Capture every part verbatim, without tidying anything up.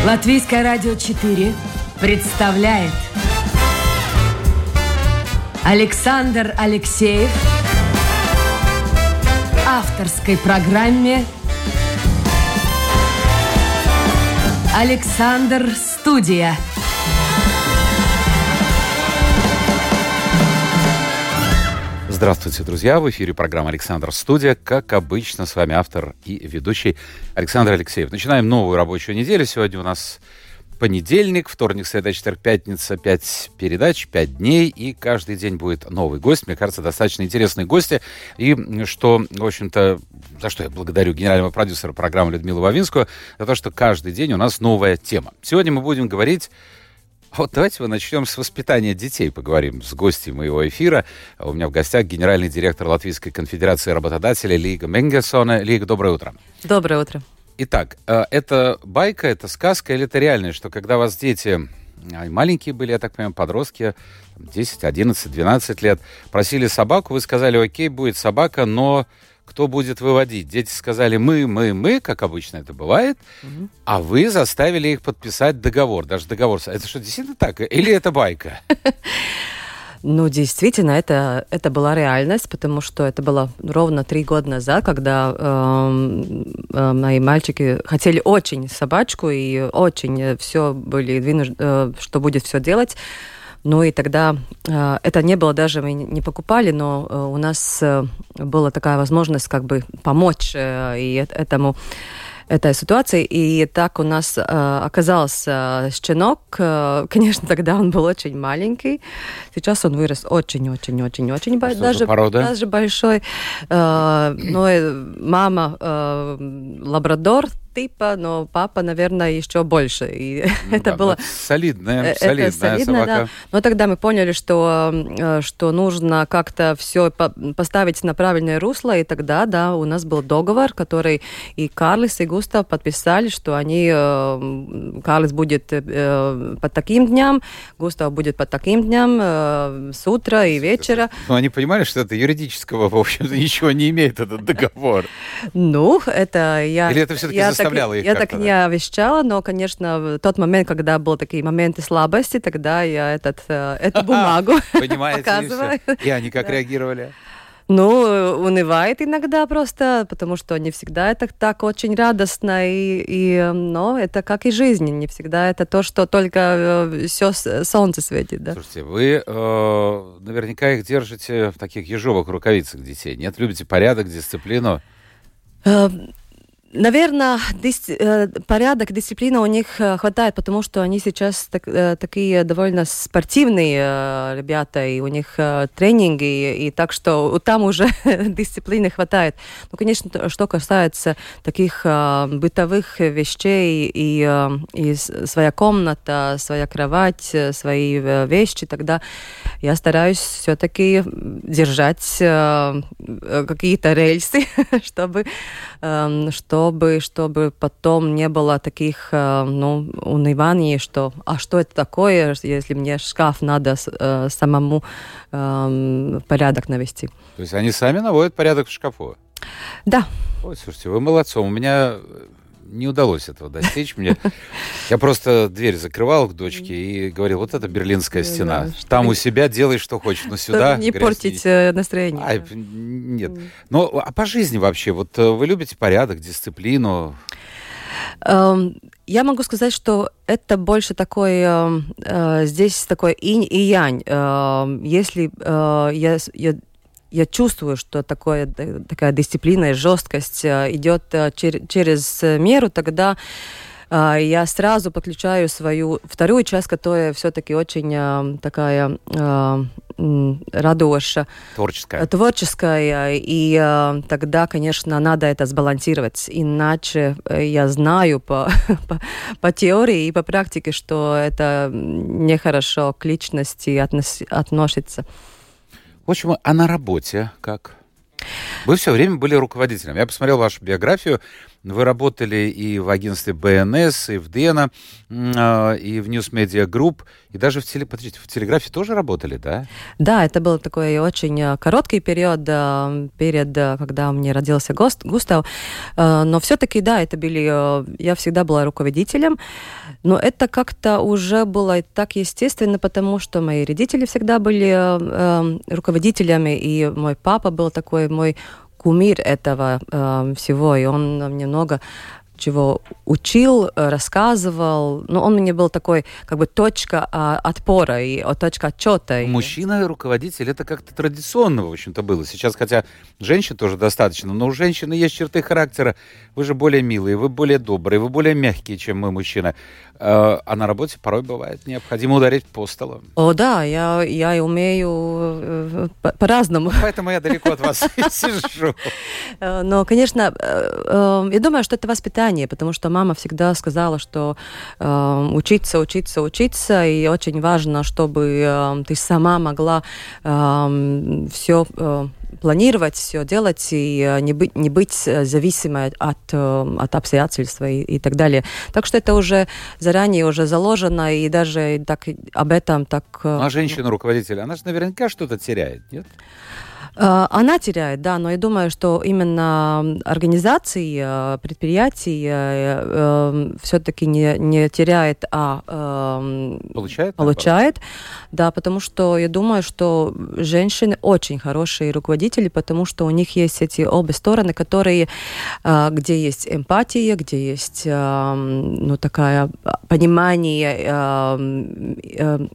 Латвийское радио четыре представляет Александр Алексеев в авторской программе «Александр Студия». Здравствуйте, друзья! В эфире программа «Александр Студия». Как обычно, с вами автор и ведущий Александр Алексеев. Начинаем новую рабочую неделю. Сегодня у нас понедельник, вторник, среда, четверг, пятница. Пять передач, пять дней. И каждый день будет новый гость. Мне кажется, достаточно интересные гости. И что, в общем-то, за что я благодарю генерального продюсера программы Людмилу Вавинскую, за то, что каждый день у нас новая тема. Сегодня мы будем говорить... Вот давайте мы начнем с воспитания детей, поговорим с гостем моего эфира. У меня в гостях генеральный директор Латвийской конфедерации работодателей Лига Менгесона. Лига, доброе утро. Доброе утро. Итак, это байка, это сказка или это реальность, что когда у вас дети маленькие были, я так понимаю, подростки, десять, одиннадцать, двенадцать лет, просили собаку, вы сказали, окей, будет собака, но... Кто будет выводить? Дети сказали «мы, мы, мы», как обычно это бывает, угу. А вы заставили их подписать договор, даже договор. Это что, действительно так? Или это байка? Ну, действительно, это, это была реальность, потому что это было ровно три года назад, когда э, э, мои мальчики хотели очень собачку, и очень все были вынуждены, э, что будет все делать. Ну и тогда э, это не было даже, мы не покупали, но э, у нас э, была такая возможность как бы помочь э, и этому, этой ситуации. И так у нас э, оказался щенок. Э, конечно, тогда он был очень маленький. Сейчас он вырос очень-очень-очень-очень, а даже, даже большой. Э, но мама э, лабрадор, типа, но папа, наверное, еще больше. И ну, это да, было... Солидная, это солидная солидно, собака. Да. Но тогда мы поняли, что, что нужно как-то все поставить на правильное русло, и тогда, да, у нас был договор, который и Карлис, и Густав подписали, что они... Карлис будет по таким дням, Густав будет по таким дням, с утра и вечера. Ну, они понимали, что это юридического, в общем-то, ничего не имеет, этот договор? Ну, это я... Или это все-таки заставляли? Я так не обещала, но, конечно, в тот момент, когда были такие моменты слабости, тогда я этот, эту бумагу показываю. И они как реагировали? Ну, унывает иногда просто, потому что не всегда это так очень радостно, и, и, но это как и жизнь, не всегда это то, что только все солнце светит. Да? Слушайте, вы э, наверняка их держите в таких ежовых рукавицах детей, нет? Любите порядок, дисциплину? Наверное, дис... порядок, дисциплина у них хватает, потому что они сейчас так, такие довольно спортивные ребята, и у них тренинги, и, и так что там уже дисциплины хватает. Ну, конечно, что касается таких бытовых вещей, и, и своя комната, своя кровать, свои вещи, тогда я стараюсь все-таки держать какие-то рельсы, чтобы, чтобы Чтобы, чтобы потом не было таких ну, унываний, что «а что это такое, если мне шкаф надо э, самому э, порядок навести». То есть они сами наводят порядок в шкафу? Да. Ой, слушайте, вы молодцом. У меня не удалось этого достичь. Мне... Я просто дверь закрывал к дочке и говорил, вот это Берлинская стена. Там у себя делай, что хочешь, но сюда... Не портить настроение. А, нет. Ну, а по жизни вообще, вот вы любите порядок, дисциплину? Я могу сказать, что это больше такой... Здесь такой инь и янь. Если я... Я чувствую, что такое, такая дисциплина и жесткость идет чер- через меру, тогда э, я сразу подключаю свою вторую часть, которая все-таки очень э, такая э, радуша. Творческая. Творческая. И э, тогда, конечно, надо это сбалансировать. Иначе э, я знаю по, по, по теории и по практике, что это нехорошо к личности относ- относится. В общем, а на работе как? Вы все время были руководителем. Я посмотрел вашу биографию. Вы работали и в агентстве бэ эн эс, и в Дена, и в News Media Group, и даже в, теле... Подождите, в телеграфе тоже работали, да? Да, это был такой очень короткий период перед, когда мне родился Густав. Но все-таки, да, это были... Я всегда была руководителем, но это как-то уже было так естественно, потому что мои родители всегда были руководителями, и мой папа был такой мой кумир этого э, всего, и он мне много чего учил, рассказывал. Но он мне был такой, как бы, точка а, отпора и точка отчета. Мужчина-руководитель, это как-то традиционно, в общем-то, было. Сейчас, хотя женщин тоже достаточно, но у женщины есть черты характера. Вы же более милые, вы более добрые, вы более мягкие, чем мы, мужчина. А на работе порой бывает необходимо ударить по столу. О, да, я, я умею по-разному. Поэтому я далеко от вас сижу. Но, конечно, я думаю, что это воспитание, потому что мама всегда сказала, что э, учиться, учиться, учиться, и очень важно, чтобы э, ты сама могла э, все э, планировать, все делать, и не быть, не быть зависимой от, от обстоятельств и, и так далее. Так что это уже заранее уже заложено, и даже так, об этом так... А женщина-руководитель, она же наверняка что-то теряет, нет? Она теряет, да, но я думаю, что именно организации, предприятий все-таки не, не теряет, а получает, получает. Да, потому что я думаю, что женщины очень хорошие руководители, потому что у них есть эти обе стороны, которые, где есть эмпатия, где есть, ну, такое понимание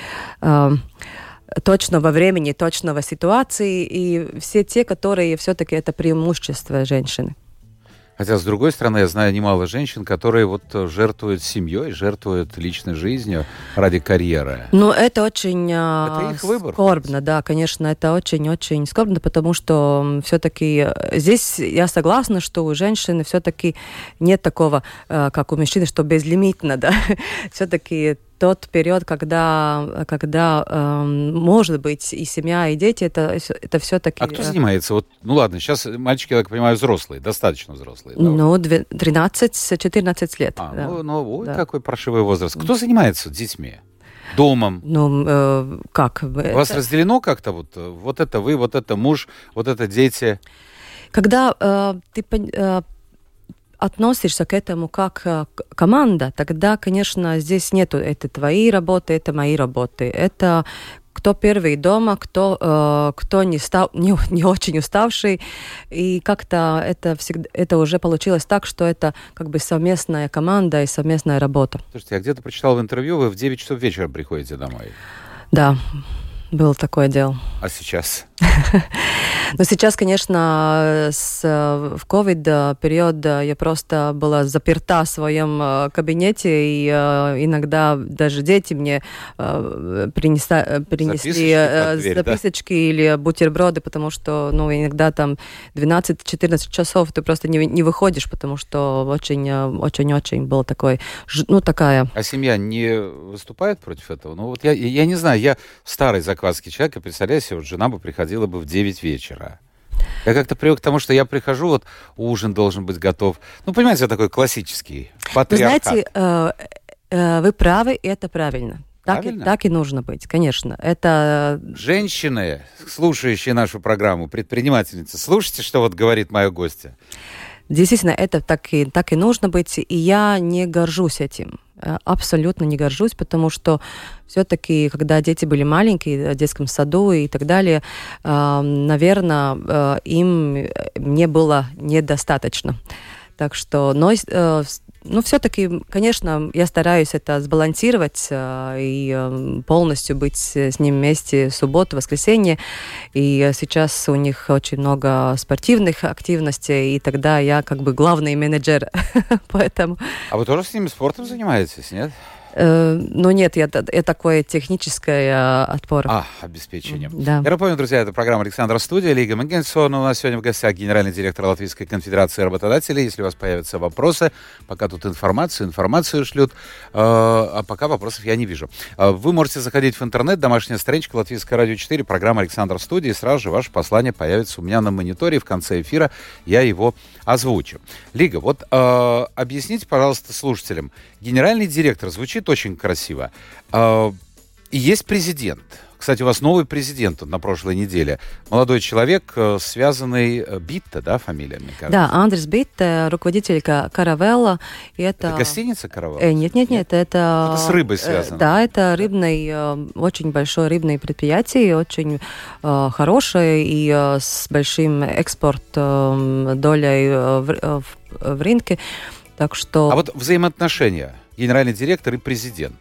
точного времени, точного ситуации, и все те, которые все-таки это преимущество женщины. Хотя, с другой стороны, я знаю немало женщин, которые вот жертвуют семьей, жертвуют личной жизнью ради карьеры. Ну, это очень это их выбор, скорбно, да, конечно, это очень-очень скорбно, потому что все-таки здесь я согласна, что у женщины все-таки нет такого, как у мужчины, что безлимитно, да, все-таки тот период, когда, когда э, может быть и семья, и дети, это, это все-таки... А кто занимается? Вот, ну ладно, сейчас мальчики, я так понимаю, взрослые, достаточно взрослые. Да? Ну, тринадцать-четырнадцать лет. А, да. ну, ну ой, да. Какой паршивый возраст. Кто занимается детьми? Домом? Ну, э, как? У это... вас разделено как-то? Вот, вот это вы, вот это муж, вот это дети? Когда э, ты... Э, относишься к этому как к команда, тогда, конечно, здесь нету это твои работы, это мои работы. Это кто первый дома, кто, э, кто не, став, не, не очень уставший. И как-то это, всегда, это уже получилось так, что это как бы совместная команда и совместная работа. Слушайте, я где-то прочитал в интервью, вы в девять часов вечера приходите домой. Да, было такое дело. А сейчас? Но сейчас, конечно, с, в ковид-период я просто была заперта в своем кабинете, и иногда даже дети мне принеса, принесли записочки, записочки, да? Или бутерброды, потому что, ну, иногда там двенадцать-четырнадцать часов ты просто не, не выходишь, потому что очень-очень-очень было такой, ну, такая... А семья не выступает против этого? Ну, вот я, я не знаю, я старый заквасский человек, и представляю себе, вот жена бы приходила бы в девять вечера. Я как-то привык к тому, что я прихожу, вот ужин должен быть готов. Ну, понимаете, такой классический патриархат. Вы знаете, э, э, вы правы, и это правильно. Так и, так и нужно быть, конечно. Это... Женщины, слушающие нашу программу, предпринимательницы, слушайте, что вот говорит моя гостья. Действительно, это так и, так и нужно быть, и я не горжусь этим. Абсолютно не горжусь, потому что все-таки, когда дети были маленькие, в детском саду и так далее, наверное, им не было недостаточно. Так что, но, ну, все-таки, конечно, я стараюсь это сбалансировать и полностью быть с ним вместе в субботу, воскресенье. И сейчас у них очень много спортивных активностей, и тогда я как бы главный менеджер, поэтому... А вы тоже с ними спортом занимаетесь, нет? Ну нет, это, это такое техническое отпор. А, обеспечение. Да. Я напомню, друзья, это программа «Александра Студия», Лига Мангенсона. У нас сегодня в гостях генеральный директор Латвийской конфедерации работодателей. Если у вас появятся вопросы, пока тут информацию, информацию шлют, а пока вопросов я не вижу. Вы можете заходить в интернет, домашняя страничка Латвийское радио четыре, программа «Александр Студия», и сразу же ваше послание появится у меня на мониторе. В конце эфира я его озвучу. Лига, вот э, объясните, пожалуйста, слушателям. Генеральный директор звучит очень красиво. Э, и есть президент. Кстати, у вас новый президент на прошлой неделе. Молодой человек, связанный... Битте, да, фамилия, мне кажется? Да, Андрес Битте, руководитель Каравелла. Это... это гостиница Каравелла? Э, нет, нет, нет, это... Это с рыбой связано? Да, это рыбный, очень большое рыбное предприятие, очень э, хорошее и э, с большим экспортом, э, долей э, в, в, в рынке. Так что... А вот взаимоотношения генеральный директор и президент?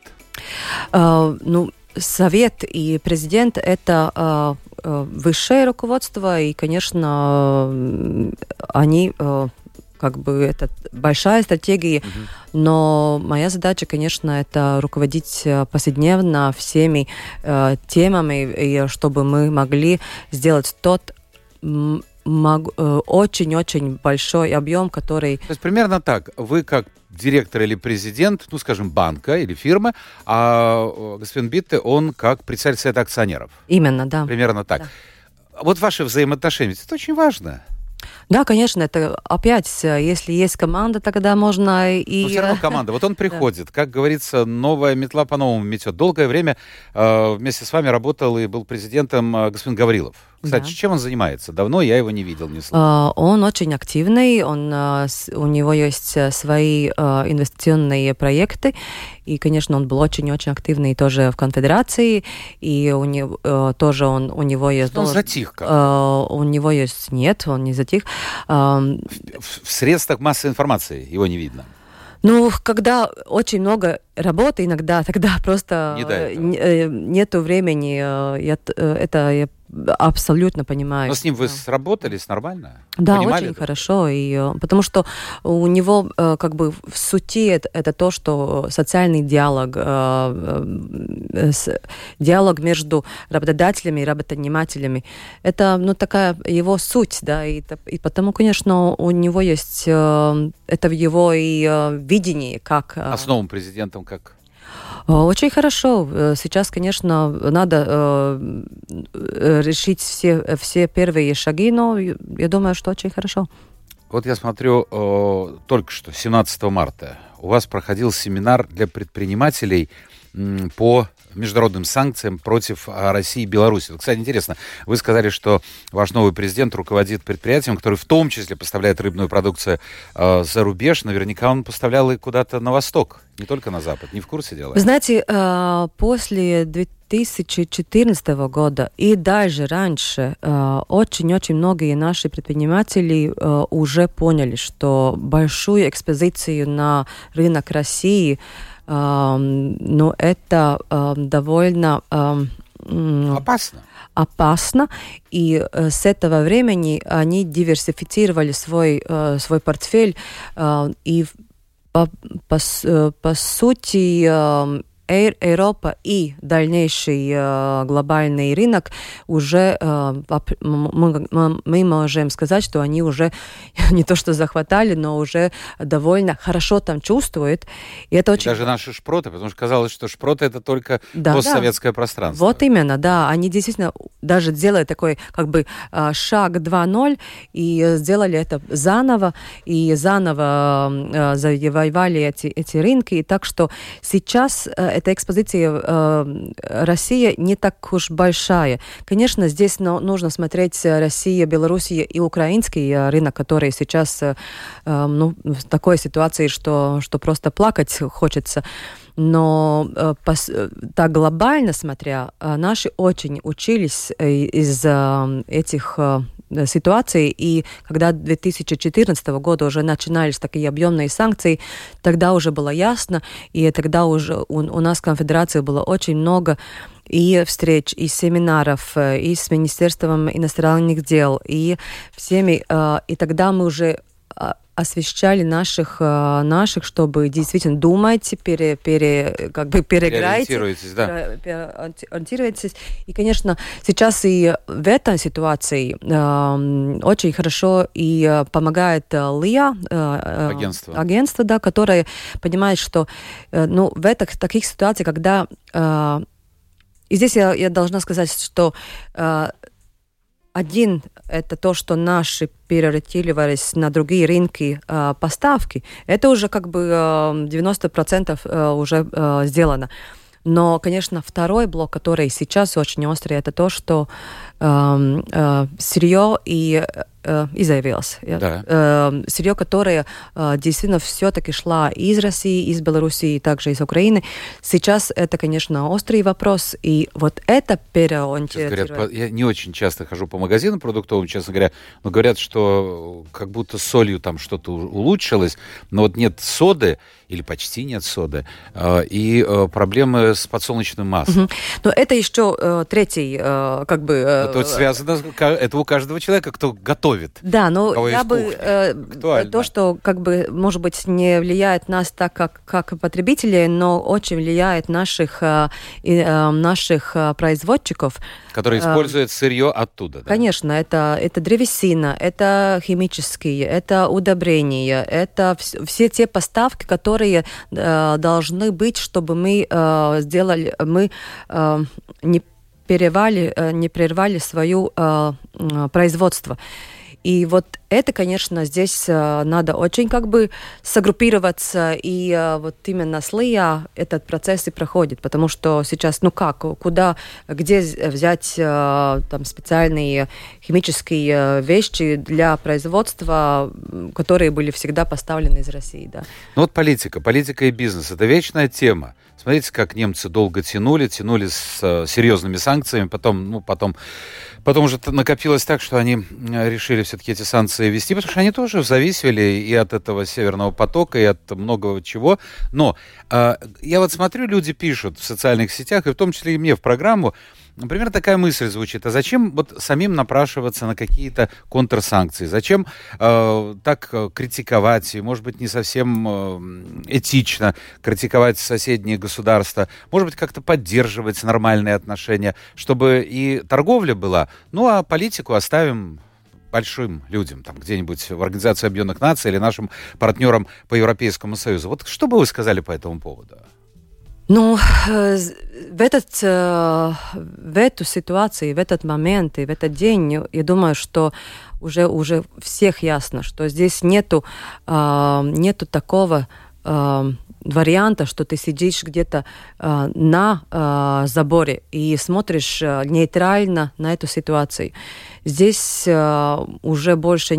Э, ну, Совет и президент – это э, э, высшее руководство, и, конечно, э, они, э, как бы, это большая стратегия, mm-hmm. но моя задача, конечно, это руководить повседневно всеми э, темами, и чтобы мы могли сделать тот м- мог, э, очень-очень большой объем, который… То есть примерно так, вы как директор или президент, ну, скажем, банка или фирмы, а господин Битте, он как председатель совета акционеров. Именно, да. Примерно так. Да. Вот ваши взаимоотношения, это очень важно. Да, конечно, это опять, если есть команда, тогда можно и... Но все равно команда. Вот он приходит, да. Как говорится, новая метла по-новому метет. Долгое время э, вместе с вами работал и был президентом э, господин Гаврилов. Кстати, да. Чем он занимается? Давно я его не видел, не слышал. Uh, он очень активный, он, uh, у него есть свои uh, инвестиционные проекты, и, конечно, он был очень-очень активный тоже в конфедерации, и у него uh, тоже он, у него есть... Он затих как? Uh, у него есть... Нет, он не затих. Uh, в, в, в средствах массовой информации его не видно. Ну, когда очень много работы иногда, тогда просто не нету времени. Я, это я абсолютно понимаю. Но с ним вы сработались нормально? Да, Понимали очень это? Хорошо. И, потому что у него как бы в сути это, это то, что социальный диалог, диалог между работодателями и работонанимателями, это ну, такая его суть. Да, и, и потому, конечно, у него есть это в его и видении. Как, а с новым президентом как? Очень хорошо. Сейчас, конечно, надо э, решить все, все первые шаги, но я думаю, что очень хорошо. Вот я смотрю, э, только что, семнадцатого марта, у вас проходил семинар для предпринимателей м, по международным санкциям против России и Беларуси. Кстати, интересно, вы сказали, что ваш новый президент руководит предприятием, которое в том числе поставляет рыбную продукцию э, за рубеж. Наверняка он поставлял и куда-то на восток, не только на запад. Не в курсе дела? Вы знаете, э, после две тысячи четырнадцатого года и даже раньше э, очень-очень многие наши предприниматели э, уже поняли, что большую экспозицию на рынок России Uh, но это uh, довольно uh, опасно. опасно. И uh, с этого времени они диверсифицировали свой, uh, свой портфель. Uh, и по, по, по сути uh, Европа и дальнейший э, глобальный рынок уже э, мы, мы можем сказать, что они уже не то что захватали, но уже довольно хорошо там чувствуют. И это очень... Даже наши шпроты, потому что казалось, что шпроты это только да, постсоветское да. пространство. Вот именно, да. Они действительно даже делают такой как бы шаг два ноль и сделали это заново, и заново завоевали эти, эти рынки. И так что сейчас эта экспозиция э, России не так уж большая. Конечно, здесь но, нужно смотреть Россия, Белоруссия и украинский рынок, который сейчас э, ну, в такой ситуации, что, что просто плакать хочется. Но э, пос, так глобально смотря, э, наши очень учились из э, этих э, ситуаций, и когда две тысячи четырнадцатого года уже начинались такие объемные санкции, тогда уже было ясно, и тогда уже у, у нас в конфедерации было очень много и встреч, и семинаров, и с Министерством иностранных дел, и всеми, э, и тогда мы уже освещали наших, наших, чтобы действительно думать, пере, пере, как бы переиграйте. Ориентируйтесь, да. Ориентируйтесь. И, конечно, сейчас и в этой ситуации э, очень хорошо и помогает ЛИА, э, агентство, агентство, да, которое понимает, что э, ну, в этих, таких ситуациях, когда... Э, и здесь я, я должна сказать, что э, один – это то, что наши переориентировались на другие рынки э, поставки. Это уже как бы э, девяносто процентов э, уже э, сделано. Но, конечно, второй блок, который сейчас очень острый, это то, что э, э, сырье и, э, и заявилось. Да. Э, сырье, которое э, действительно все-таки шло из России, из Белоруссии, и также из Украины. Сейчас это, конечно, острый вопрос. И вот это переориентирование... Я не очень часто хожу по магазинам продуктовым, честно говоря, но говорят, что как будто с солью там что-то улучшилось, но вот нет соды, или почти нет соды, и проблемы с подсолнечным маслом. Угу. Но это еще э, третий, э, как бы... Э, это связано, это у каждого человека, кто готовит. Да, но я бы... Э, то, что, как бы, может быть, не влияет нас так, как, как потребителей, но очень влияет наших, э, э, наших производчиков. Которые используют э, сырье оттуда. Да? Конечно, это, это древесина, это химические, это удобрения, это вс- все те поставки, которые э, должны быть, чтобы мы э, сделали, мы э, не прервали, э, не прервали свое э, производство. И вот это, конечно, здесь э, надо очень как бы сгруппироваться, и э, вот именно с ЛИА этот процесс и проходит, потому что сейчас, ну как, куда, где взять э, там специальные химические вещи для производства, которые были всегда поставлены из России, да. Ну вот политика, политика и бизнес – это вечная тема. Смотрите, как немцы долго тянули, тянули с э, серьезными санкциями, потом, ну, потом, потом уже накопилось так, что они решили все-таки эти санкции ввести, потому что они тоже зависели и от этого Северного потока, и от многого чего. Но э, я вот смотрю, люди пишут в социальных сетях, и в том числе и мне в программу, например, такая мысль звучит: а зачем вот самим напрашиваться на какие-то контрсанкции? Зачем э, так критиковать, и, может быть, не совсем э, этично критиковать соседние государства? Может быть, как-то поддерживать нормальные отношения, чтобы и торговля была, ну а политику оставим большим людям, там где-нибудь в Организации Объединенных Наций или нашим партнерам по Европейскому Союзу. Вот что бы вы сказали по этому поводу? Ну, в, этот, в эту ситуацию, в этот момент и в этот день, я думаю, что уже, уже всех ясно, что здесь нету, нету такого варианта, что ты сидишь где-то на заборе и смотришь нейтрально на эту ситуацию. Здесь уже больше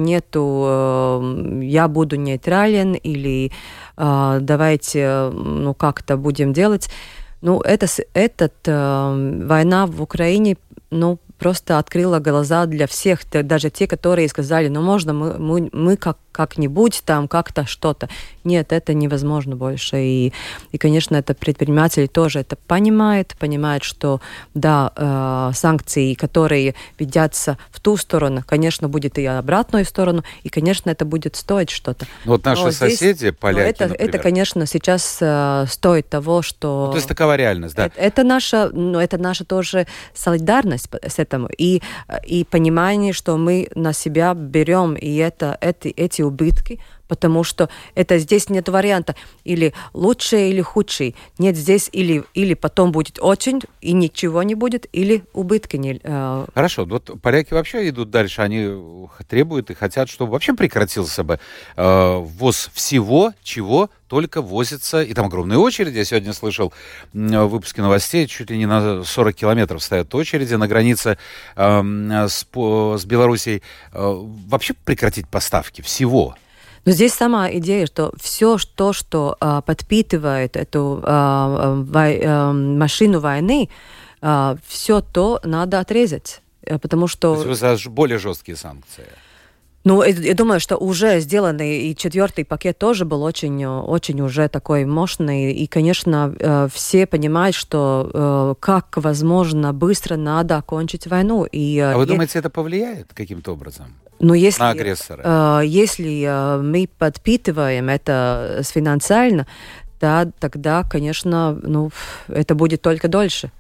нету «я буду нейтрален» или «давайте ну, как-то будем делать». Ну, это, этот, война в Украине, ну, просто открыла глаза для всех, даже те, которые сказали, ну, можно мы, мы, мы как, как-нибудь там, как-то что-то. Нет, это невозможно больше. И, и конечно, это предприниматели тоже это понимают, понимают, что, да, э, санкции, которые ведятся в ту сторону, конечно, будет и обратную сторону, и, конечно, это будет стоить что-то. Вот наши Но соседи, здесь, поляки, это, например. Это, конечно, сейчас э, стоит того, что... Ну, то есть такова реальность, да? Это, это, наша, ну, это наша тоже солидарность с этим. И, и понимание, что мы на себя берем и это, это, эти убытки, потому что это здесь нет варианта или лучшее, или худшее. Нет здесь или, или потом будет очень, и ничего не будет, или убытки. Не, э... Хорошо, вот поляки вообще идут дальше, они требуют и хотят, чтобы вообще прекратился бы э, ввоз всего, чего только возится, и там огромные очереди. Я сегодня слышал в выпуске новостей, чуть ли не на сорок километров стоят очереди на границе э, с, по, с Белоруссией. Э, вообще прекратить поставки всего. Но здесь сама идея, что все то, что э, подпитывает эту э, вой, э, машину войны, э, все то надо отрезать, потому что... То есть вы за более жесткие санкции? Ну, я думаю, что уже сделанный и четвертый пакет тоже был очень, очень уже такой мощный. И, конечно, все понимают, что как возможно быстро надо окончить войну. И, а вы и... думаете, это повлияет каким-то образом? Но если, на агрессора. Э, если э, мы подпитываем это финансально, да, тогда, конечно, ну, это будет только дольше.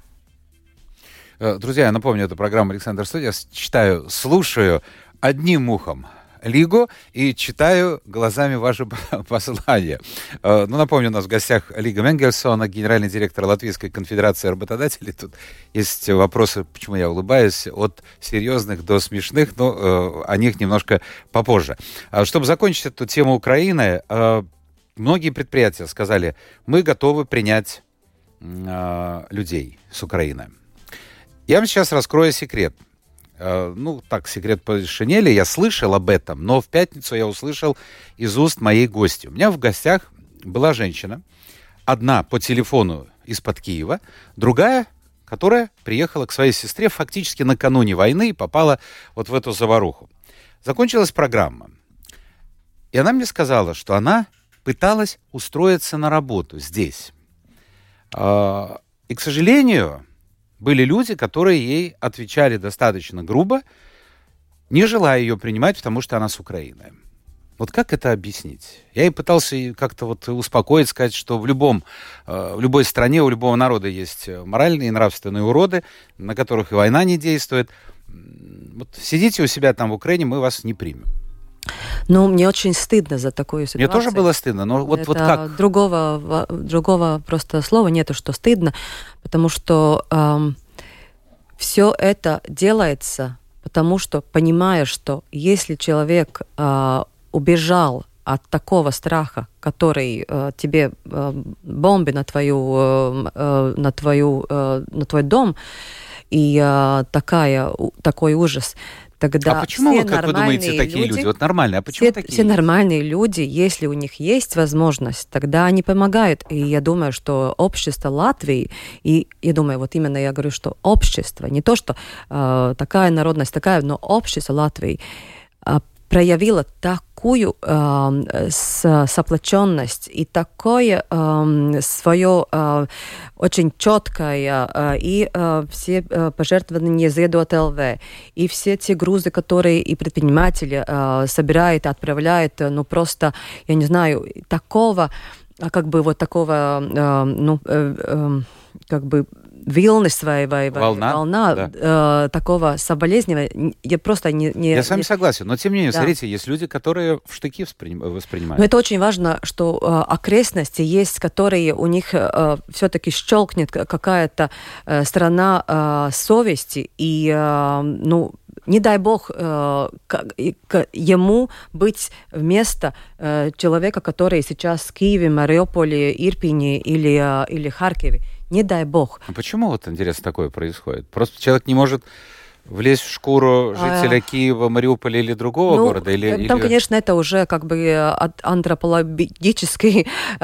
Друзья, я напомню, это программа «Александр Студия». Я читаю, слушаю одним ухом Лигу и читаю глазами ваши послания. Ну, напомню, у нас в гостях Лига Менгельсона, генеральный директор Латвийской конфедерации работодателей. Тут есть вопросы, почему я улыбаюсь, от серьезных до смешных, но э, о них немножко попозже. Чтобы закончить эту тему Украины, э, многие предприятия сказали, мы готовы принять э, людей с Украины. Я вам сейчас раскрою секрет. Ну, так, секрет по шинели, я слышал об этом, но в пятницу я услышал из уст моей гости. У меня в гостях была женщина, одна по телефону из-под Киева, другая, которая приехала к своей сестре фактически накануне войны и попала вот в эту заваруху. Закончилась программа, и она мне сказала, что она пыталась устроиться на работу здесь. И, к сожалению... Были люди, которые ей отвечали достаточно грубо, не желая ее принимать, потому что она с Украины. Вот как это объяснить? Я ей пытался как-то вот успокоить, сказать, что в, любом, в любой стране, у любого народа есть моральные и нравственные уроды, на которых и война не действует. Вот сидите у себя там в Украине, мы вас не примем. Ну, мне очень стыдно за такую ситуацию. Мне тоже было стыдно, но вот, вот как? Другого, другого просто слова нету, что стыдно, потому что эм, все это делается, потому что, понимая, что если человек э, убежал от такого страха, который э, тебе э, бомби на твою, э, на твою, э, на твой дом, и э, такая, такой ужас. Тогда а почему, все как вы думаете, такие люди, люди? Вот нормальные, а почему все, такие? Все нормальные люди, если у них есть возможность, тогда они помогают. И я думаю, что общество Латвии, и я думаю, вот именно я говорю, что общество, не то, что э, такая народность, такая, но общество Латвии э, проявило такую э, соплоченность и такое э, свое э, очень четкое э, и э, все э, пожертвования Зедот эл ви, и все те грузы, которые и предприниматели э, собирают, отправляют, ну просто, я не знаю, такого, как бы вот такого, э, ну, э, э, как бы вилны своей, волна, волна да. э, такого соболезнования, я просто не... не я с вами не... согласен, но тем не менее, да. смотрите, есть люди, которые в штыки воспринимают. Но это очень важно, что э, окрестности есть, которые у них э, все-таки щелкнет какая-то э, страна э, совести, и, э, ну, не дай бог э, к, к, ему быть вместо э, человека, который сейчас в Киеве, Мариуполе, Ирпине или, э, или Харькове. Не дай бог. А почему вот, интересно, такое происходит? Просто человек не может влезть в шкуру жителя а, Киева, Мариуполя или другого ну, города? Или, там, или... конечно, это уже как бы антропологический э,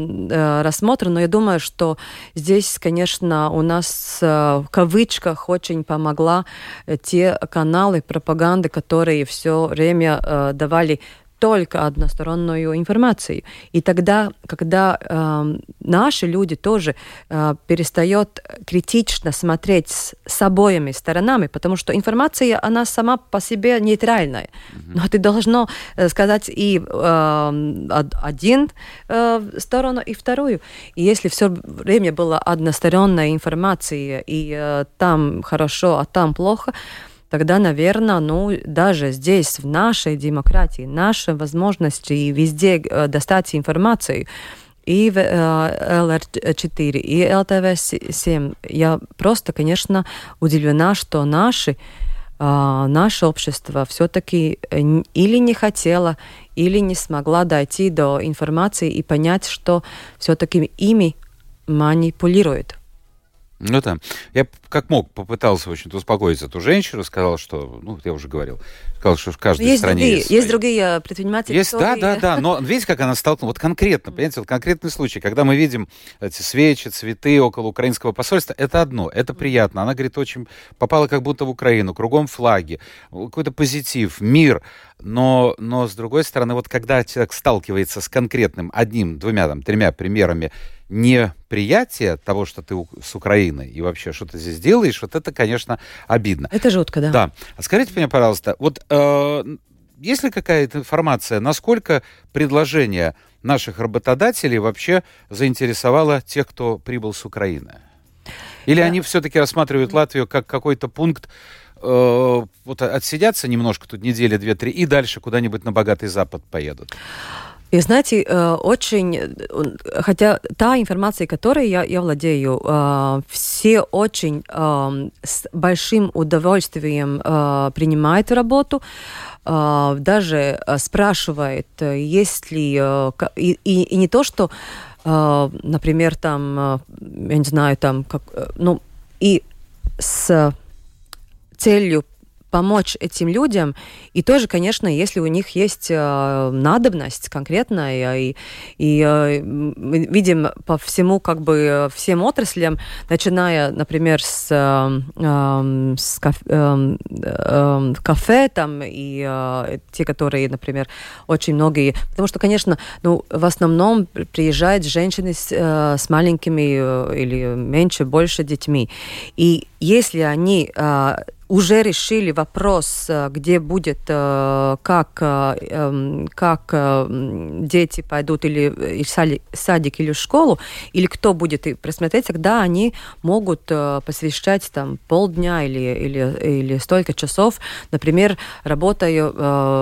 э, рассмотр, но я думаю, что здесь, конечно, у нас э, в кавычках очень помогла э, те каналы пропаганды, которые все время э, давали только одностороннюю информацию. И тогда, когда э, наши люди тоже э, перестают критично смотреть с, с обоими сторонами, потому что информация, она сама по себе нейтральная. Mm-hmm. Но ты должно э, сказать и э, один э, сторону, и вторую. И если все время была односторонняя информация, и э, там хорошо, а там плохо, тогда, наверное, ну, даже здесь, в нашей демократии, наши возможности везде э, достать информацию, и в э, эл эр четыре, и эл тэ вэ семь, я просто, конечно, удивлена, что наши, э, наше общество все-таки или не хотело, или не смогла дойти до информации и понять, что все-таки ими манипулируют. Ну да. Я как мог попытался, в общем-то, успокоить эту женщину, сказал, что, ну, я уже говорил, сказал, что в каждой есть стране другие, есть... Есть другие предприниматели. Есть, да, да, да, но видите, как она столкнулась, вот конкретно, понимаете, вот конкретный случай, когда мы видим эти свечи, цветы около украинского посольства, это одно, это приятно. Она, говорит, очень попала как будто в Украину, кругом флаги, какой-то позитив, мир. Но, но, с другой стороны, вот когда человек сталкивается с конкретным одним, двумя, там, тремя примерами неприятия того, что ты с Украины и вообще что ты здесь делаешь, вот это, конечно, обидно. Это жутко, да. Да. А скажите мне, пожалуйста, вот э, есть ли какая-то информация, насколько предложение наших работодателей вообще заинтересовало тех, кто прибыл с Украины? Или да. они все-таки рассматривают Латвию как какой-то пункт, э, вот отсидятся немножко тут недели, две-три, и дальше куда-нибудь на богатый Запад поедут? И знаете, очень, хотя та информация, которой я, я владею, все очень с большим удовольствием принимают работу, даже спрашивают, есть ли, и, и, и не то, что, например, там, я не знаю, там, как, ну, и с целью помочь этим людям, и тоже, конечно, если у них есть э, надобность конкретная, и, и э, мы видим по всему, как бы, всем отраслям, начиная, например, с, э, с кафе, э, э, кафе там, и э, те, которые, например, очень многие, потому что, конечно, ну, в основном приезжают женщины с, э, с маленькими э, или меньше, больше детьми, и если они э, уже решили вопрос, где будет, как, как дети пойдут или в садик, или в школу, или кто будет присмотреть, тогда они могут посвящать там полдня или, или, или столько часов, например, работаю,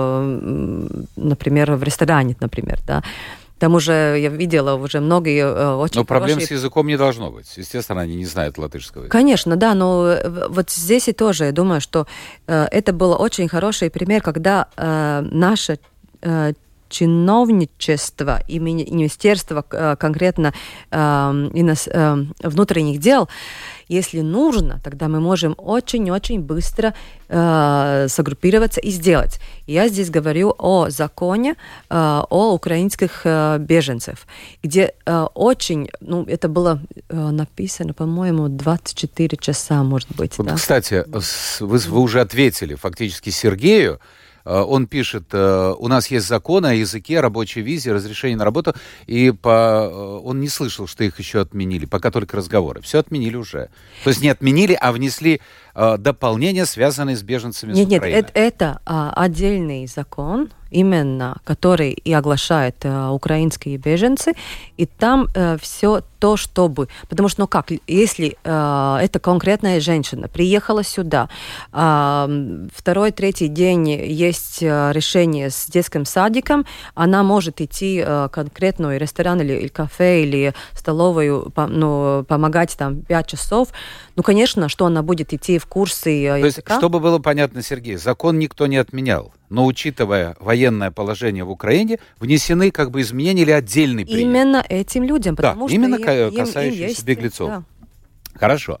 например, в ресторане, например, да. Там уже я видела уже многие очень Но проблем хорошие... с языком не должно быть. Естественно, они не знают латышского языка. Конечно, да, но вот здесь и тоже, я думаю, что э, это был очень хороший пример, когда э, наше э, чиновничество и министерство э, конкретно э, инос, э, внутренних дел, если нужно, тогда мы можем очень-очень быстро э, сгруппироваться и сделать. Я здесь говорю о законе э, о украинских э, беженцев, где э, очень, ну, это было э, написано, по-моему, двадцать четыре часа, может быть. Вот, да? Кстати, вы, вы уже ответили фактически Сергею. Он пишет, у нас есть закон о языке, рабочей визе, разрешении на работу, и по... он не слышал, что их еще отменили, пока только разговоры. Все отменили уже. То есть не отменили, а внесли дополнения, связанные с беженцами нет, с Украины. Нет, это, это а, отдельный закон, именно который и оглашает а, украинские беженцы, и там а, все то, чтобы... Потому что, ну как, если а, эта конкретная женщина приехала сюда, а, второй, третий день есть а, решение с детским садиком, она может идти а, конкретно в ресторан или, или кафе, или столовую, по, ну, помогать там пять часов. Ну, конечно, что она будет идти в курсы языка. То есть, чтобы было понятно, Сергей, закон никто не отменял, но, учитывая военное положение в Украине, внесены как бы изменения или отдельный принят. Именно этим людям, потому да, что именно им, касающиеся им есть, беглецов. Да. Хорошо.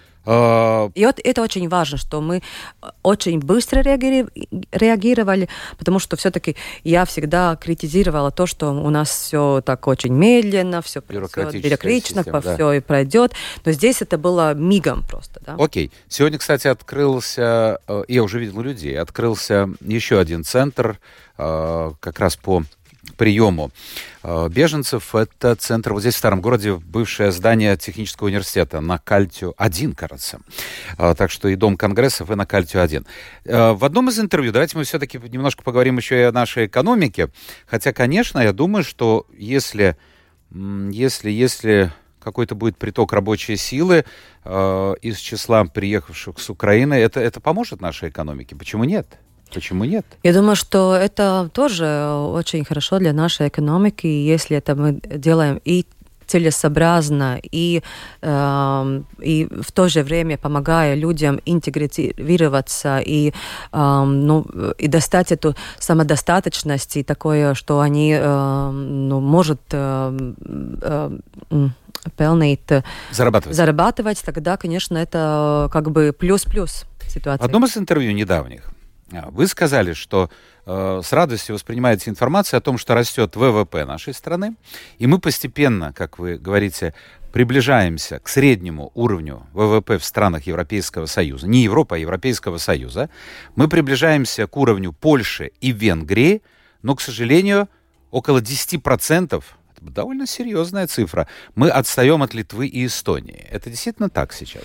И вот это очень важно, что мы очень быстро реагировали, потому что все-таки я всегда критизировала то, что у нас все так очень медленно, все бюрократично, система, да. все и пройдет. Но здесь это было мигом просто. Да? Окей. Сегодня, кстати, открылся, я уже видел людей, открылся еще один центр как раз по приему беженцев. Это центр вот здесь, в старом городе, бывшее здание технического университета на Кальтио один, кажется. Так что и Дом конгрессов, и на Кальтио один. В одном из интервью, давайте мы все-таки немножко поговорим еще и о нашей экономике. Хотя, конечно, я думаю, что если, если, если какой-то будет приток рабочей силы э, из числа приехавших с Украины, это, это поможет нашей экономике. Почему нет? Почему нет? Я думаю, что это тоже очень хорошо для нашей экономики, если это мы делаем и целесообразно, и, э, и в то же время помогая людям интегрироваться и, э, ну, и достать эту самодостаточность и такое, что они э, ну, может э, э, pelnīt, зарабатывать. зарабатывать, тогда, конечно, это как бы плюс-плюс ситуация. В одном из интервью недавних Вы сказали, что э, с радостью воспринимаете информацию о том, что растет ВВП нашей страны, и мы постепенно, как вы говорите, приближаемся к среднему уровню ВВП в странах Европейского Союза, не Европы, а Европейского Союза. Мы приближаемся к уровню Польши и Венгрии, но, к сожалению, около десять процентов, это довольно серьезная цифра, мы отстаем от Литвы и Эстонии. Это действительно так сейчас?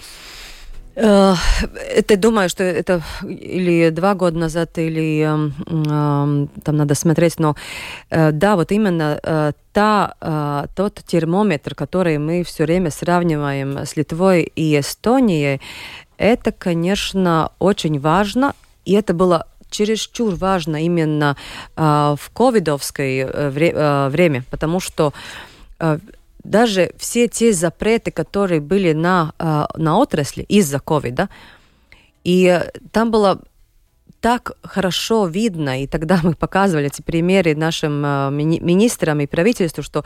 Это, думаю, что это или два года назад, или э, э, там надо смотреть, но э, да, вот именно э, та, э, тот термометр, который мы все время сравниваем с Литвой и Эстонией, это, конечно, очень важно, и это было чересчур важно именно э, в ковидовское вре- э, время, потому что э, даже все те запреты, которые были на, на отрасли из-за ковида, и там было так хорошо видно, и тогда мы показывали эти примеры нашим мини- министрам и правительству, что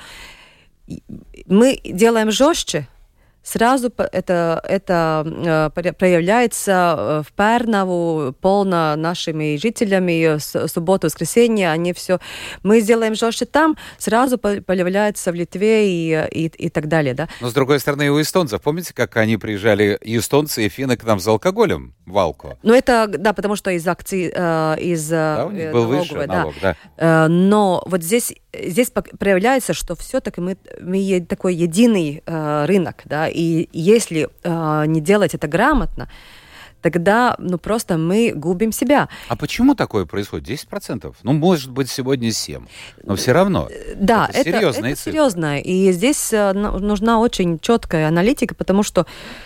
мы делаем жестче, сразу это, это э, проявляется в Пернаву, полно нашими жителями, с, субботу, воскресенье, они все... Мы сделаем жестче там, сразу появляется в Литве и, и, и так далее, да. Но, с другой стороны, и у эстонцев, помните, как они приезжали, и эстонцы, и финны к нам за алкоголем в Алку? Ну, это, да, потому что из акций, э, из да, у них был налоговой, выше да. налог, да. Э, но вот здесь, здесь проявляется, что все-таки мы, мы такой единый э, рынок, да, и если э, не делать это грамотно, тогда, ну, просто мы губим себя. А почему такое происходит? десять процентов? Ну, может быть, сегодня семь процентов, но все равно. Да, это, это серьезная это серьезно. И здесь э, нужна очень четкая аналитика, потому что,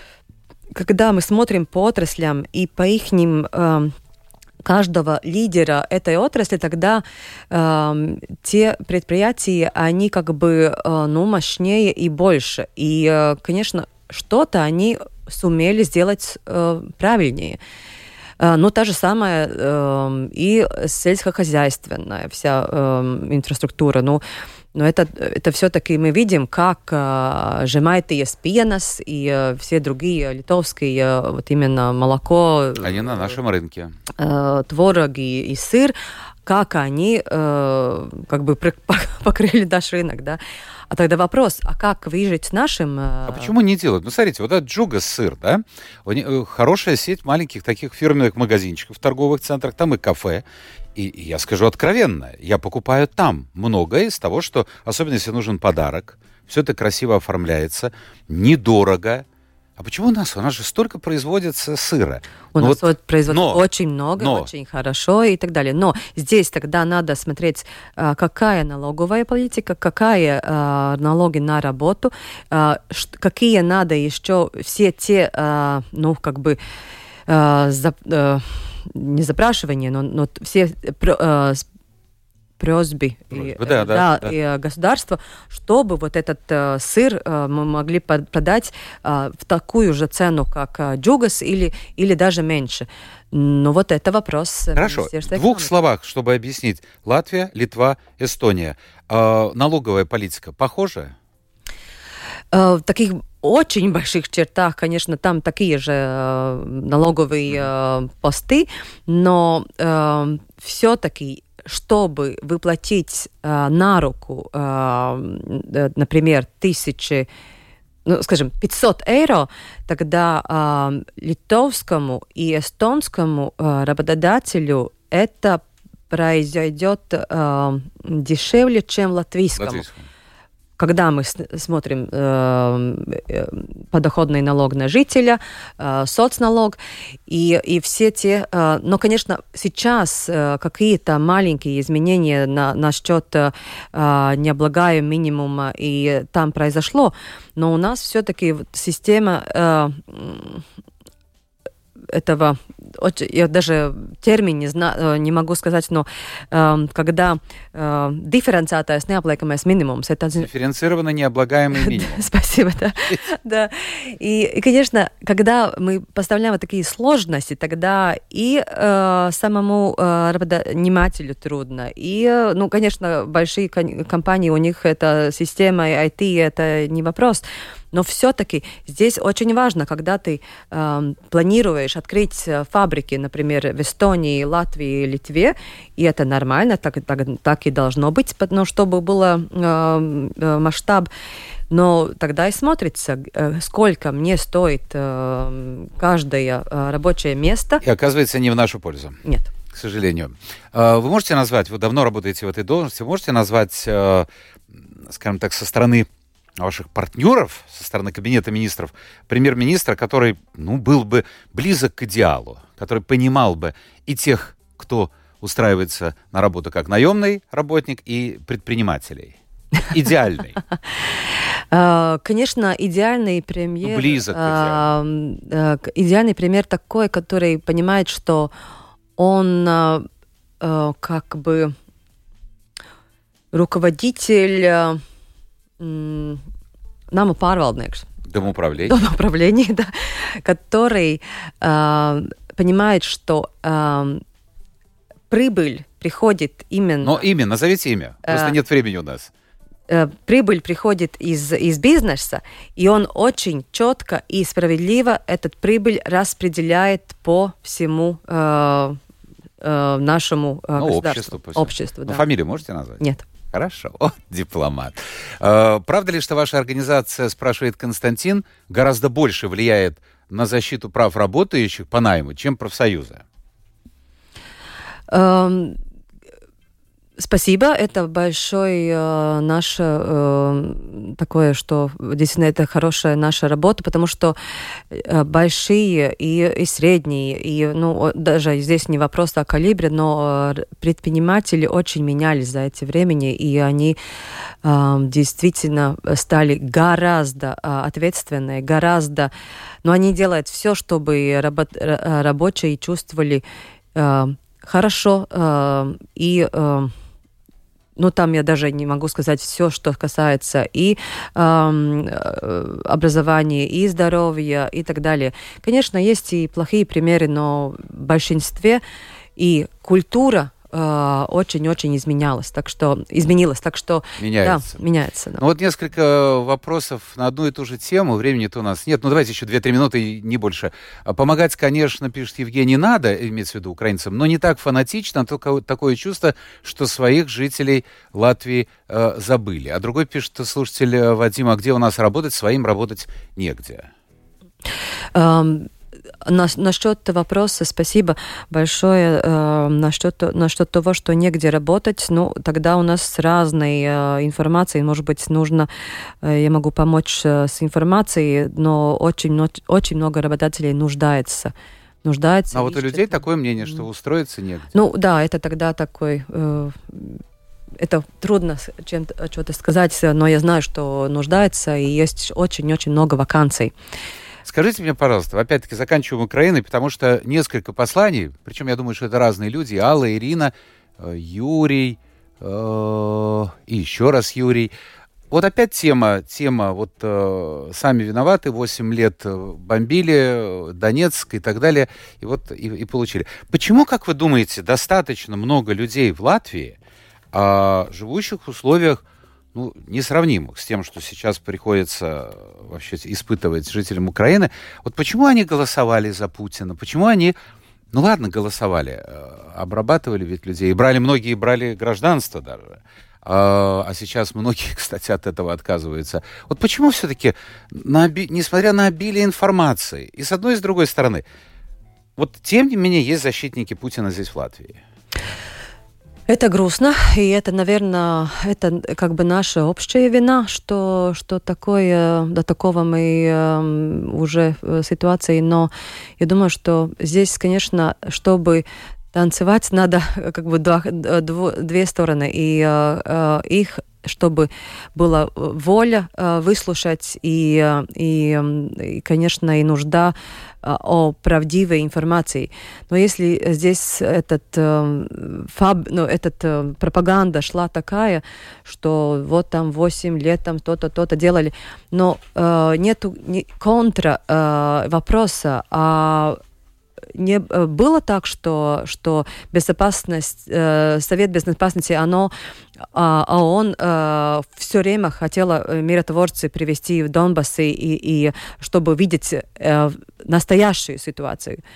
когда мы смотрим по отраслям и по ихним... Э, каждого лидера этой отрасли, тогда э, те предприятия, они как бы, э, ну, мощнее и больше. И, э, конечно, что-то они сумели сделать э, правильнее. Э, но та же самая э, и сельскохозяйственная вся э, инфраструктура. Ну, но это, это все-таки мы видим, как э, Žemaitijas pienas и э, все другие литовские, э, вот именно молоко... Они на нашем рынке. Э, творог и, и сыр, как они э, как бы покрыли наш рынок, да. А тогда вопрос, а как выжить с нашим... Э... А почему не делают? Ну, смотрите, вот этот Джугас сыр, да, хорошая сеть маленьких таких фирменных магазинчиков в торговых центрах, там и кафе. И, и я скажу откровенно, я покупаю там многое из того, что, особенно если нужен подарок, все это красиво оформляется, недорого. А почему у нас? У нас же столько производится сыра. У ну нас вот, вот производится но, очень много, но, очень хорошо и так далее. Но здесь тогда надо смотреть, какая налоговая политика, какая налоги на работу, какие надо еще все те, ну, как бы, не запрашивания, но, но все просьбы и, да, да, да, да. и государства, чтобы вот этот э, сыр э, мы могли продать э, в такую же цену, как э, Джугас, или, или даже меньше. Но вот это вопрос. Хорошо. В двух словах, чтобы объяснить. Латвия, Литва, Эстония. Э, налоговая политика похожа? Э, в таких очень больших чертах, конечно, там такие же э, налоговые э, посты, но э, все-таки чтобы выплатить э, на руку, э, например, тысячи, ну, скажем, пятьсот евро, тогда э, литовскому и эстонскому э, работодателю это произойдет э, дешевле, чем латвийскому. Латвийскому. Когда мы с- смотрим э, э, подоходный налог на жителя, э, соцналог и, и все те... Э, но, конечно, сейчас э, какие-то маленькие изменения на, насчет э, необлагаемого минимума и там произошло, но у нас все-таки система э, этого... Я даже термин не, зна, не могу сказать, но э, когда э, дифференциētais необлагаемais минимумс... Это... Дифференцированно необлагаемый минимум. Спасибо, да. да. И, и, конечно, когда мы поставляем вот такие сложности, тогда и э, самому э, работодателю трудно. И, э, ну, конечно, большие компании, у них это система ай ти, это не вопрос. Но все-таки здесь очень важно, когда ты э, планируешь открыть фабрики, например, в Эстонии, Латвии, Литве, и это нормально, так, так, так и должно быть, но чтобы был э, масштаб. Но тогда и смотрится, сколько мне стоит э, каждое рабочее место. И оказывается, не в нашу пользу. Нет. К сожалению. Вы можете назвать, вы давно работаете в этой должности, можете назвать, скажем так, со стороны ваших партнеров, со стороны Кабинета министров, премьер-министра, который, ну, был бы близок к идеалу, который понимал бы и тех, кто устраивается на работу как наемный работник, и предпринимателей? Идеальный. Конечно, идеальный пример... Близок к идеалу. Идеальный пример такой, который понимает, что он как бы руководитель... Nama pārvaldnieks. Домоуправление. Домоуправление, да. Который э, понимает, что э, прибыль приходит именно... Но имя, назовите имя. Просто э, нет времени у нас. Э, прибыль приходит из, из бизнеса, и он очень четко и справедливо этот прибыль распределяет по всему э, э, нашему э, ну, государству. Обществу. Обществу, да. Но фамилию можете назвать? Нет. Хорошо. О, дипломат. Э, правда ли, что ваша организация, спрашивает Константин, гораздо больше влияет на защиту прав работающих по найму, чем профсоюзы? Эм, спасибо. Это большое э, наше э, такое, что действительно это хорошая наша работа, потому что э, большие и, и средние, и ну, даже здесь не вопрос о калибре, но э, предприниматели очень менялись за эти времени, и они э, действительно стали гораздо э, ответственнее, гораздо... Но они делают все, чтобы рабо- рабочие чувствовали э, хорошо э, и... Э, Ну, там я даже не могу сказать все, что касается и э, образования, и здоровья, и так далее. Конечно, есть и плохие примеры, но в большинстве и культура э, очень-очень изменялась, так что изменилась, так что меняется. Да, меняется. Да. Ну вот несколько вопросов на одну и ту же тему. Времени-то у нас нет. Ну давайте еще две-три минуты, не больше. Помогать, конечно, пишет Евгений, надо, имеется в виду украинцам, но не так фанатично, только такое чувство, что своих жителей Латвии э, забыли. А другой пишет слушатель Вадим, а где у нас работать, своим работать негде. Um... На, насчет вопроса, спасибо большое. Э, насчет, насчет того, что негде работать, ну, тогда у нас с разной э, информацией, может быть, нужно, э, я могу помочь э, с информацией, но очень, очень много работодателей нуждается. нуждается а вот у людей такое мнение, что устроиться негде. Ну, да, это тогда такой... Э, это трудно чем-то, что-то сказать, но я знаю, что нуждается, и есть очень-очень много вакансий. Скажите мне, пожалуйста, опять-таки заканчиваем Украиной, потому что несколько посланий, причем я думаю, что это разные люди, Алла, Ирина, Юрий, э, и еще раз Юрий. Вот опять тема, тема, вот э, сами виноваты, восемь лет бомбили Донецк и так далее, и вот и, и получили. Почему, как вы думаете, достаточно много людей в Латвии, э, живущих в условиях, ну, несравнимых с тем, что сейчас приходится вообще испытывать жителям Украины. Вот почему они голосовали за Путина? Почему они, ну ладно, голосовали, обрабатывали ведь людей, и брали, многие брали гражданство даже, а сейчас многие, кстати, от этого отказываются. Вот почему все-таки, на, несмотря на обилие информации, и с одной и с другой стороны, вот тем не менее есть защитники Путина здесь в Латвии? Это грустно, и это, наверное, это как бы наша общая вина, что, что такое, до такого мы э, уже в ситуации, но я думаю, что здесь, конечно, чтобы танцевать, надо как бы два, дв, две стороны, и э, их, чтобы была воля э, выслушать, и, и, и, конечно, и нужда о правдивой информации. Но если здесь этот, э, фаб, ну, этот э, пропаганда шла такая, что вот там восемь лет там то-то, то-то делали, но э, нету не, контра э, вопроса, а не было так, что, что безопасность, э, Совет Безопасности, оно, а, а он э, все время хотела миротворцы привести в Донбасс, и, и чтобы видеть э, настоящую ситуацию.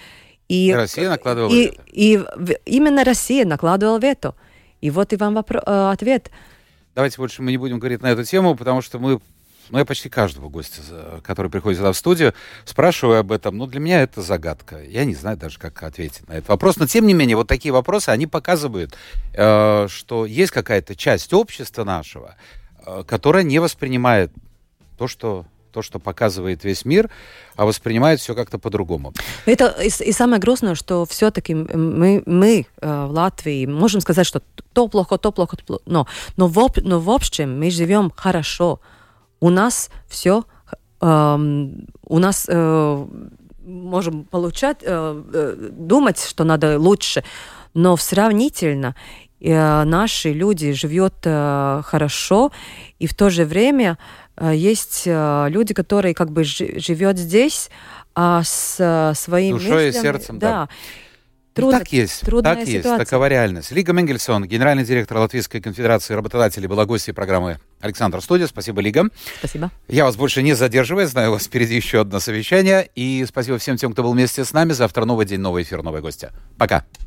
И, и Россия накладывала и, вето. И, и именно Россия накладывала вето. И вот и вам вопро- ответ. Давайте больше мы не будем говорить на эту тему, потому что мы, ну, я почти каждого гостя, который приходит сюда в студию, спрашиваю об этом. Ну, для меня это загадка. Я не знаю даже, как ответить на этот вопрос. Но, тем не менее, вот такие вопросы, они показывают, э, что есть какая-то часть общества нашего, э, которая не воспринимает то, что... то, что показывает весь мир, а воспринимает все как-то по-другому. Это и, и самое грустное, что все-таки мы, мы э, в Латвии можем сказать, что то плохо, то плохо, то плохо. Но, но, в, но в общем мы живем хорошо. У нас все, э, у нас э, можем получать, э, э, думать, что надо лучше, но сравнительно э, наши люди живут э, хорошо, и в то же время есть люди, которые как бы живет здесь, а с своим душой мыслями, и сердцем, да. да. Трудно, так есть, трудная так ситуация. есть, такова реальность. Лига Менгельсон, генеральный директор Латвийской конфедерации работодателей, была гостьей программы «Александр Студия». Спасибо, Лига. Спасибо. Я вас больше не задерживаю, знаю, у вас впереди еще одно совещание. И спасибо всем тем, кто был вместе с нами. Завтра новый день, новый эфир, новые гости. Пока.